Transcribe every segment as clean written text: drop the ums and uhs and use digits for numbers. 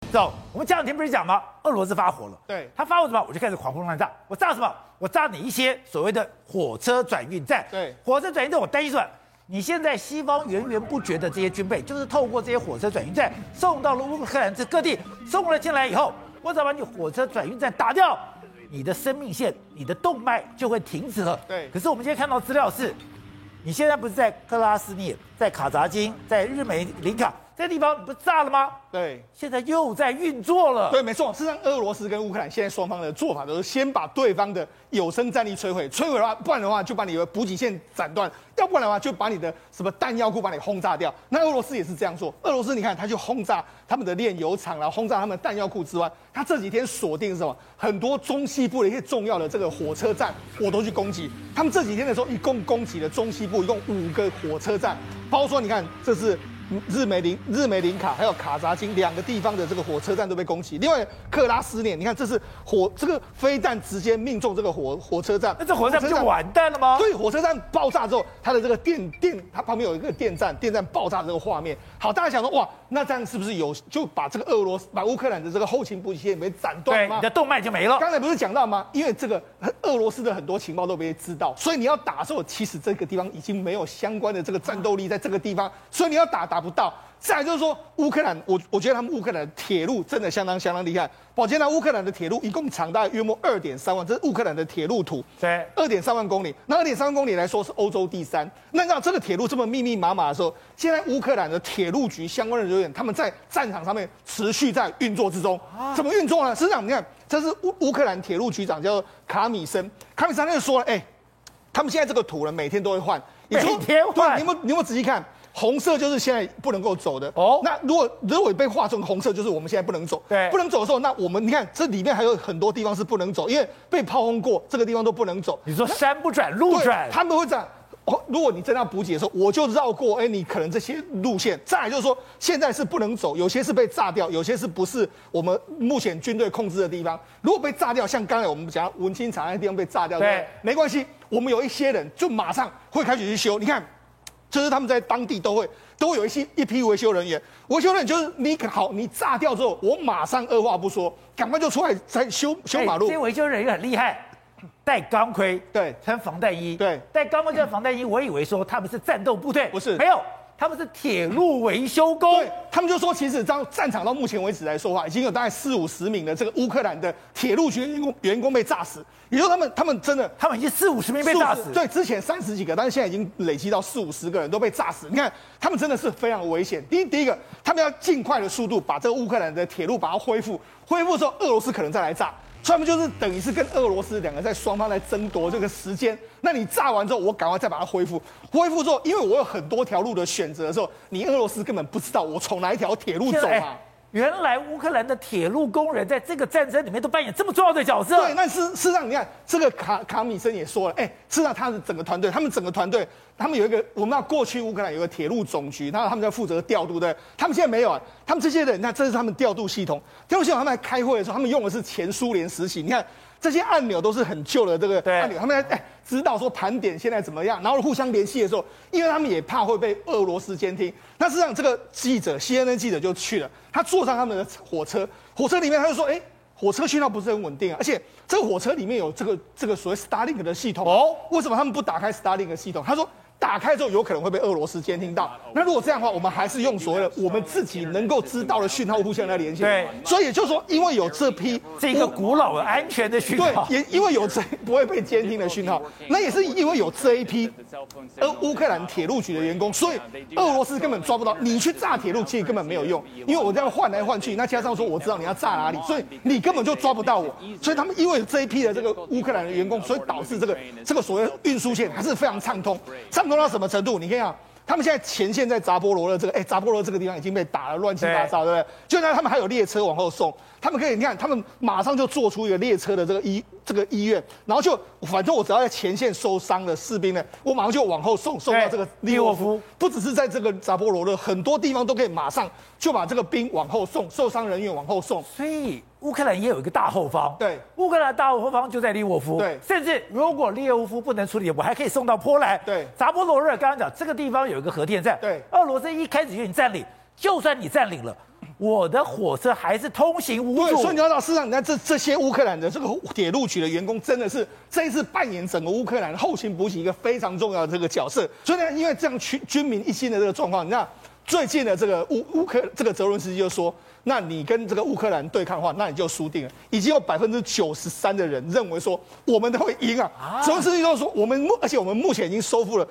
走，我们前两天不是讲吗？俄罗斯发火了， 对， 他发火什么？我就开始狂轰滥炸。我炸什么？我炸你一些所谓的火车转运站。 对， 火车转运站，我担心什么？你现在西方源源不绝的这些军备，就是透过这些火车转运站送到了乌克兰这各地，送了进来以后，我只要把你火车转运站打掉，你的生命线、你的动脉就会停止了。 对。 可是我们现在看到资料是，你现在不是在克拉斯涅、在卡扎金、在日美林卡这些地方，你不是炸了吗？ 对， 现在又在运作了。 对，没错。事实上，俄罗斯跟乌克兰现在双方的做法都是先把对方的有生战力摧毁的话，不然的话就把你的补给线斩断，要不然的话就把你的什么弹药库把你轰炸掉。那俄罗斯也是这样做。俄罗斯你看，他就轰炸他们的炼油厂，然后轰炸他们的弹药库之外，他这几天锁定是什么？很多中西部的一些重要的这个火车站，我都去攻击。他们这几天的时候，一共攻击了中西部一共5个火车站，包括说你看这是。日美林卡还有卡扎金2个地方的这个火车站都被攻击。另外克拉斯涅，你看这是这个飞弹直接命中这个火车站， 那这火车站不就完蛋了吗？ 对，火车站爆炸之后，它的这个它旁边有一个电站爆炸的这个画面。好，大家想说哇，那这样是不是就把这个把乌克兰的这个后勤补给线给斩断了吗？ 对，你的动脉就没了。 刚才不是讲到吗？因为这个俄罗斯的很多情报都被知道，所以你要打的时候，其实这个地方已经没有相关的这个战斗力在这个地方，所以你要打不到。再来就是说，乌克兰，我觉得他们乌克兰的铁路真的相当厉害。宝剑呢，乌克兰的铁路一共长大约莫2.3万，这是乌克兰的铁路图。 对 ，2.3万公里。那2.3万公里来说是欧洲第3。那让这个铁路这么密密麻麻的时候，现在乌克兰的铁路局相关的人员，他们在战场上面持续在运作之中。怎么运作呢？事实上，你看，这是乌克兰铁路局长叫卡米森他就说了，他们现在这个图呢，每天都会换， 每天换。 对，你有没有仔细看？红色就是现在不能够走的哦。 那如果被画成红色，就是我们现在不能走。 对， 不能走的时候，那我们你看这里面还有很多地方是不能走，因为被炮轰过，这个地方都不能走。 你说山不转路转， 他们会这样。如果你真的要补给的时候，我就绕过你可能这些路线。再来就是说，现在是不能走，有些是被炸掉，有些是不是我们目前军队控制的地方。如果被炸掉，像刚才我们讲文清场那地方被炸掉，对，没关系，我们有一些人就马上会开始去修。你看。就是他们在当地都会有一批维修人员，就是你炸掉之后，我马上二话不说，赶快就出来再修马路。 这些维修人员很厉害，戴钢盔， 对， 穿防弹衣， 对， 戴钢盔跟防弹衣，我以为说他们是战斗部队， 不是， 没有。他们是铁路维修工， 对，他们就说，其实战场到目前为止来说话，已经有大概40-50名的这个乌克兰的铁路局员工被炸死，也就是他们真的， 他们已经40-50名被炸死， 对，之前30几个，但是现在已经累积到40-50个人都被炸死。你看，他们真的是非常危险。第一个，他们要尽快的速度把这个乌克兰的铁路把它恢复之后，俄罗斯可能再来炸。所以他们就是等于是跟俄罗斯2个在双方在争夺这个时间。那你炸完之后，我赶快再把它恢复之后，因为我有很多条路的选择的时候，你俄罗斯根本不知道我从哪一条铁路走嘛。 原来乌克兰的铁路工人在这个战争里面都扮演这么重要的角色。 对，那事实上你看，这个卡米森也说了，事实上他们整个团队，他们有一个，我们要过去乌克兰有个铁路总局，然后他们在负责调度的，他们现在没有啊，他们这些人，那这是他们调度系统，他们在开会的时候，他们用的是前苏联时期，你看这些按钮都是很旧的这个按钮，他们知道说盘点现在怎么样，然后互相联系的时候，因为他们也怕会被俄罗斯监听，那事实上这个CNN 记者就去了，他坐上他们的火车里面他就说，火车讯号不是很稳定啊，而且这个火车里面有这个所谓 Starlink 的系统为什么他们不打开 Starlink 的系统？他说打开之后有可能会被俄罗斯监听到。那如果这样的话，我们还是用所谓的我们自己能够知道的讯号互相来连线。 对， 所以也就是说，因为有这个古老的安全的讯号， 对，也因为有这不会被监听的讯号，那也是因为有这一批乌克兰铁路局的员工，所以俄罗斯根本抓不到。你去炸铁路其实根本没有用，因为我这样换来换去，那加上说我知道你要炸哪里，所以你根本就抓不到我。所以他们因为这一批的这个乌克兰的员工，所以导致这个所谓运输线还是非常畅通。通到什么程度？你看啊，他们现在前线在扎波罗热扎波罗热这个地方已经被打得乱七八糟，对不对？就那他们还有列车往后送，他们可以你看，他们马上就做出一个列车的这个医院，然后就反正我只要在前线受伤的士兵呢，我马上就往后送到这个利沃夫，不只是在这个扎波罗热，很多地方都可以马上就把这个兵往后送，受伤人员往后送。 所以乌克兰也有一个大后方， 对， 乌克兰大后方就在利沃夫， 对， 甚至如果利沃夫不能处理，我还可以送到波兰， 对， 扎波罗热刚刚讲这个地方有一个核电站， 对， 俄罗斯一开始就已经占领，就算你占领了， 我的火车还是通行无对， 阻。 所以你要知道，事实上，你看这些乌克兰的这个铁路局的员工，真的是这一次扮演整个乌克兰后勤补给一个非常重要的这个角色。所以呢，因为这样军民一心的这个状况，你看最近的这个这个泽伦斯基就说，那你跟这个乌克兰对抗的话，那你就输定了。已经有93%的人认为说我们都会赢啊。泽伦斯基就说而且我们目前已经收复了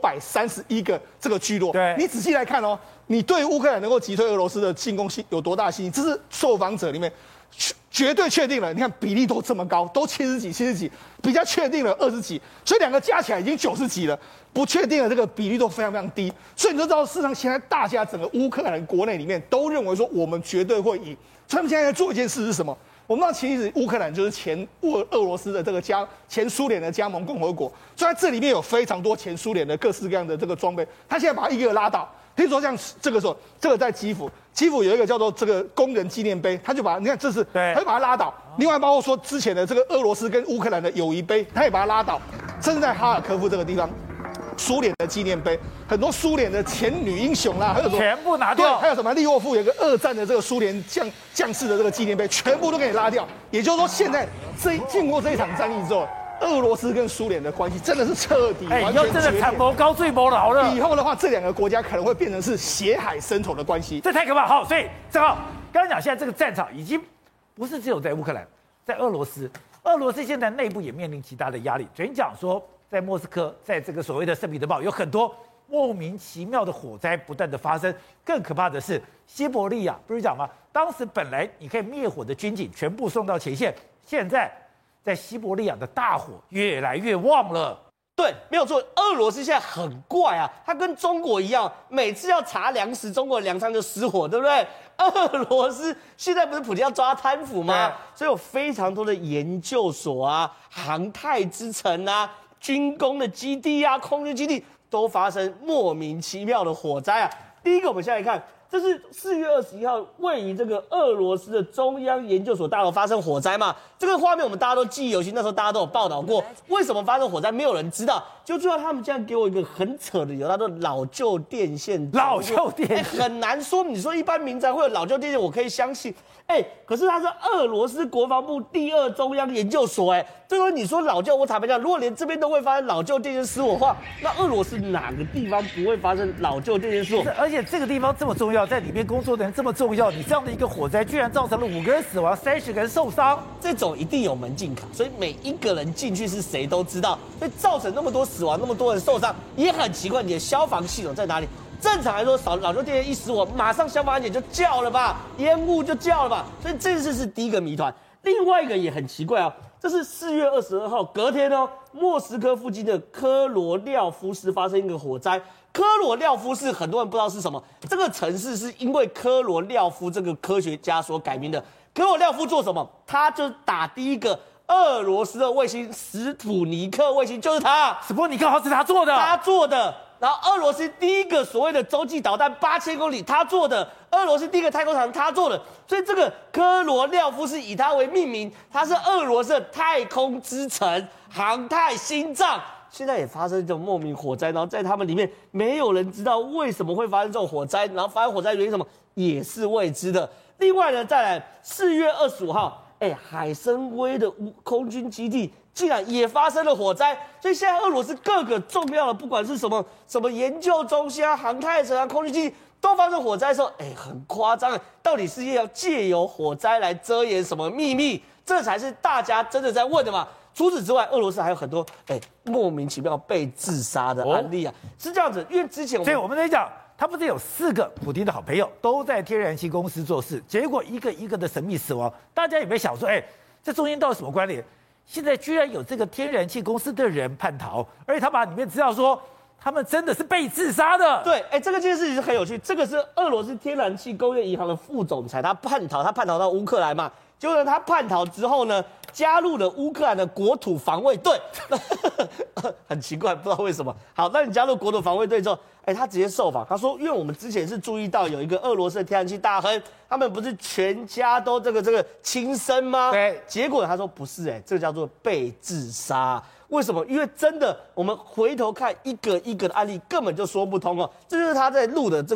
931个这个聚落。 对， 你仔细来看哦。你对乌克兰能够击退俄罗斯的进攻有多大信心？这是受访者里面绝对确定了。你看比例都这么高，都70几，比较确定了20几，所以两个加起来已经90几了。不确定的这个比例都非常低，所以你就知道，事实上现在大家整个乌克兰国内里面都认为说我们绝对会赢。所以他们现在在做一件事是什么？我们知道，其实乌克兰就是前俄罗斯的这个前苏联的加盟共和国，所以在这里面有非常多前苏联的各式各样的这个装备，他现在把它一个拉倒。譬如说像这个时候，这个在基辅有一个叫做这个工人纪念碑，他就把你看这是，他就把它拉倒。另外包括说之前的这个俄罗斯跟乌克兰的友谊碑，他也把它拉倒。甚至在哈尔科夫这个地方，苏联的纪念碑，很多苏联的前女英雄啦，还有什么全部拿掉， 还有什么利沃夫有一个2战的这个苏联将士的这个纪念碑，全部都给你拉掉。也就是说，现在经过这一场战役之后，俄罗斯跟苏联的关系真的是彻底完全决裂。 以后真的惨谋高最谋老了。 以后的话，这两个国家可能会变成是血海深仇的关系， 这太可怕。好，所以正好刚刚讲，现在这个战场已经不是只有在乌克兰，在俄罗斯现在内部也面临极大的压力。昨天讲说，在莫斯科，在这个所谓的圣彼得堡，有很多莫名其妙的火灾不断的发生。更可怕的是，西伯利亚不是讲吗？当时本来你可以灭火的军警全部送到前线，现在在西伯利亚的大火越来越旺了。 对，没有错。俄罗斯现在很怪啊，它跟中国一样，每次要查粮食，中国粮仓就失火，对不对？俄罗斯现在不是普京要抓贪腐吗？所以有非常多的研究所啊、航太之城啊、军工的基地啊、空军基地都发生莫名其妙的火灾啊。第一个，我们先来看。这是4月21号，位于这个俄罗斯的中央研究所大楼发生火灾嘛？这个画面我们大家都记忆犹新，那时候大家都有报道过。为什么发生火灾，没有人知道。就最后他们竟然给我一个很扯的理由，他说老旧电线。 老旧电线很难说。你说一般民宅会有老旧电线，我可以相信。可是他是俄罗斯国防部第2中央研究所，这个你说老旧，我坦白讲，如果连这边都会发生老旧电线失火的话，那俄罗斯哪个地方不会发生老旧电线失火？ 而且这个地方这么重要，在里面工作的人这么重要，你这样的一个火灾居然造成了5个人死亡，30个人受伤， 这种一定有门禁卡，所以每一个人进去是谁都知道，所以造成那么多死亡，那么多人受伤，也很奇怪，你的消防系统在哪里？正常来说，老旧电线一失火，马上消防安检就叫了吧，烟雾就叫了吧，所以这是第一个谜团。另外一个也很奇怪哦，这是4月22号隔天哦，莫斯科附近的科罗廖夫市发生一个火灾。科罗廖夫市很多人不知道是什么，这个城市是因为科罗廖夫这个科学家所改名的。科罗廖夫做什么？他就打第一个俄罗斯的卫星斯普尼克卫星，就是他。 斯普尼克号是他做的， 他做的。然后俄罗斯第一个所谓的洲际导弹8000公里，他做的；俄罗斯第一个太空船，他做的。所以这个科罗廖夫是以他为命名，它是俄罗斯的太空之城、航太心脏。现在也发生这种莫名火灾，然后在他们里面没有人知道为什么会发生这种火灾，然后发生火灾原因什么也是未知的。另外呢，再来4月25号，海参崴的空军基地竟然也发生了火灾，所以现在俄罗斯各个重要的，不管是什么研究中心啊、航太城啊、空军基地，都发生火灾的时候，很夸张，到底是要借由火灾来遮掩什么秘密？这才是大家真的在问的嘛。除此之外，俄罗斯还有很多莫名其妙被自杀的案例啊，是这样子。因为之前所以我们在讲，他不是有4个普丁的好朋友都在天然气公司做事，结果一个一个的神秘死亡，大家有没有想说，这中间到底什么关联？现在居然有这个天然气公司的人叛逃，而且他把里面资料说他们真的是被自杀的。 对，这个件事情是很有趣。这个是俄罗斯天然气工业银行的副总裁，他叛逃到乌克兰嘛。结果呢，他叛逃之后呢，加入了乌克兰的国土防卫队，很奇怪，不知道为什么。好，那你加入国土防卫队之后，他直接受访，他说，因为我们之前是注意到有一个俄罗斯的天然气大亨，他们不是全家都这个轻生吗？ 对。 结果他说不是，这个叫做被自杀。为什么？因为真的，我们回头看一个一个的案例，根本就说不通哦。这就是他在录的这个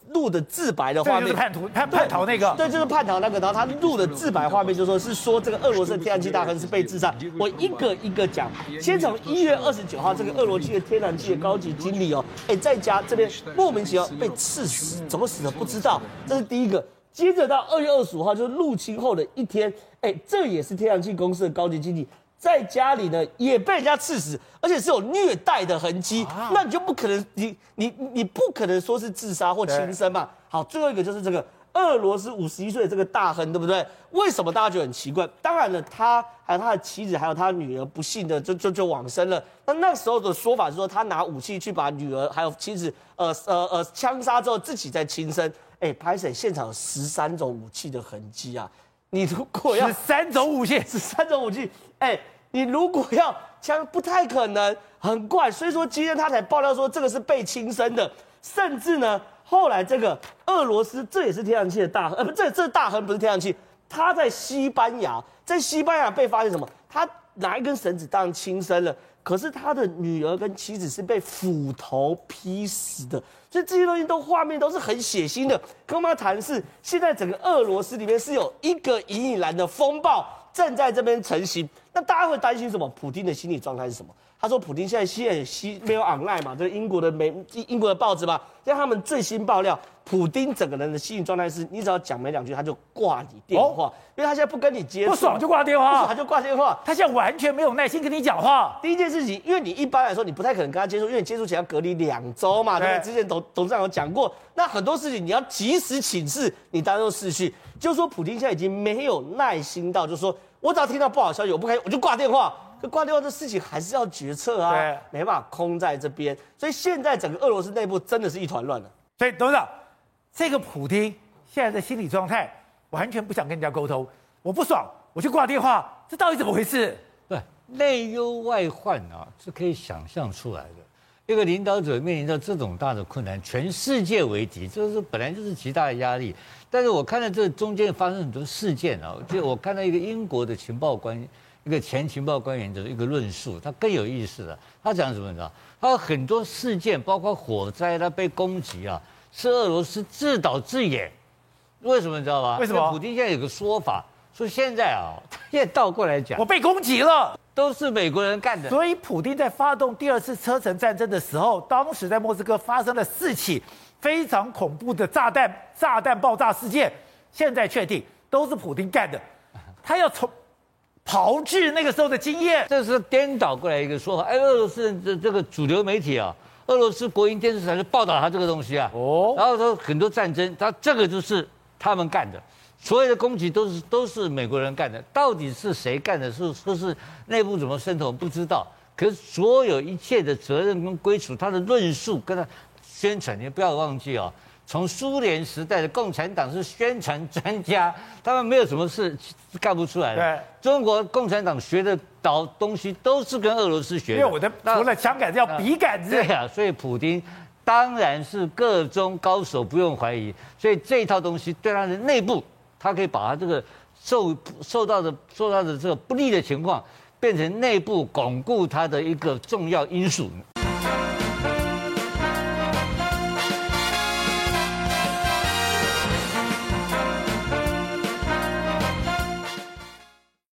录的自白的画面， 叛逃那个， 对，就是叛逃那个。然后他录的自白画面就说是说这个俄罗斯的天然气大亨是被自杀。我一个一个讲，先从1月29号这个俄罗斯的天然气的高级经理在家这边莫名其妙被刺死，怎么死的不知道，这是第一个。接着到2月25号就是入侵后的一天，这也是天然气公司的高级经理。在家里呢，也被人家刺死，而且是有虐待的痕迹，那你就不可能，你不可能说是自杀或轻生嘛。好，最后一个就是这个俄罗斯51岁的这个大亨，对不对？为什么大家觉得很奇怪？当然了，他还有他的妻子，还有他女儿，不幸的就往生了。那时候的说法是说，他拿武器去把女儿还有妻子枪杀之后，自己再轻生。拍摄现场有13种武器的痕迹啊。你如果要 13种武器 ，13种武器，你如果要枪，不太可能，很怪。所以说今天他才爆料说这个是被轻生的，甚至呢，后来这个俄罗斯这也是天然气的大亨，这是大亨不是天然气，他在西班牙被发现什么？他拿一根绳子当然轻生了，可是他的女儿跟妻子是被斧头劈死的。所以这些东西画面都是很血腥的。跟我们要谈的是，现在整个俄罗斯里面是有一个隐隐然的风暴正在这边成型。那大家会担心什么？普丁的心理状态是什么？他说，普丁现在没有 online 嘛，这是英国的报纸嘛，现在他们最新爆料，普丁整个人的心理状态是，你只要讲没2句，他就挂你电话，因为他现在不跟你接触， 不爽就挂电话， 不爽他就挂电话， 他现在完全没有耐心跟你讲话。 第一件事情，因为你一般来说你不太可能跟他接触，因为你接触前要隔离2周嘛，对不对？之前董事长有讲过，那很多事情你要及时请示，你当然用视讯。就是说，普丁现在已经没有耐心到，就是说我只要听到不好消息，我不开心我就挂电话。可挂电话这事情还是要决策啊，没办法空在这边，所以现在整个俄罗斯内部真的是一团乱了。 所以董事长，这个普丁现在的心理状态完全不想跟人家沟通，我不爽我去挂电话，这到底怎么回事？ 对，内忧外患啊，是可以想象出来的。一个领导者面临到这种大的困难，全世界为敌，这是本来就是极大的压力。但是我看到这中间发生很多事件啊，就我看到一个英国的情报官。一个前情报官员的一个论述，他更有意思了。他讲什么？你知道？他有很多事件，包括火灾，他被攻击啊，是俄罗斯自导自演。为什么你知道吗？ 为什么？ 普丁现在有个说法，说现在他现在倒过来讲， 我被攻击了， 都是美国人干的。 所以普丁在发动第2次车臣战争的时候，当时在莫斯科发生了4起非常恐怖的炸弹爆炸事件，现在确定都是普丁干的，他要炮制那个时候的经验， 这是颠倒过来一个说法。俄罗斯的这个主流媒体啊，俄罗斯国营电视台就报道他这个东西啊。然后说很多战争，这个就是他们干的，所有的攻击都是美国人干的。到底是谁干的？说是内部怎么渗透，不知道。可是所有一切的责任跟归属，他的论述跟他宣传，你不要忘记哦。从苏联时代的共产党是宣传专家，他们没有什么事干不出来的。 对， 中国共产党学的东西都是跟俄罗斯学的。 因为我的除了枪杆子要笔杆子。 对啊，所以普丁当然是各中高手，不用怀疑。所以这一套东西对他的内部，他可以把他这个受到的这个不利的情况，变成内部巩固他的一个重要因素。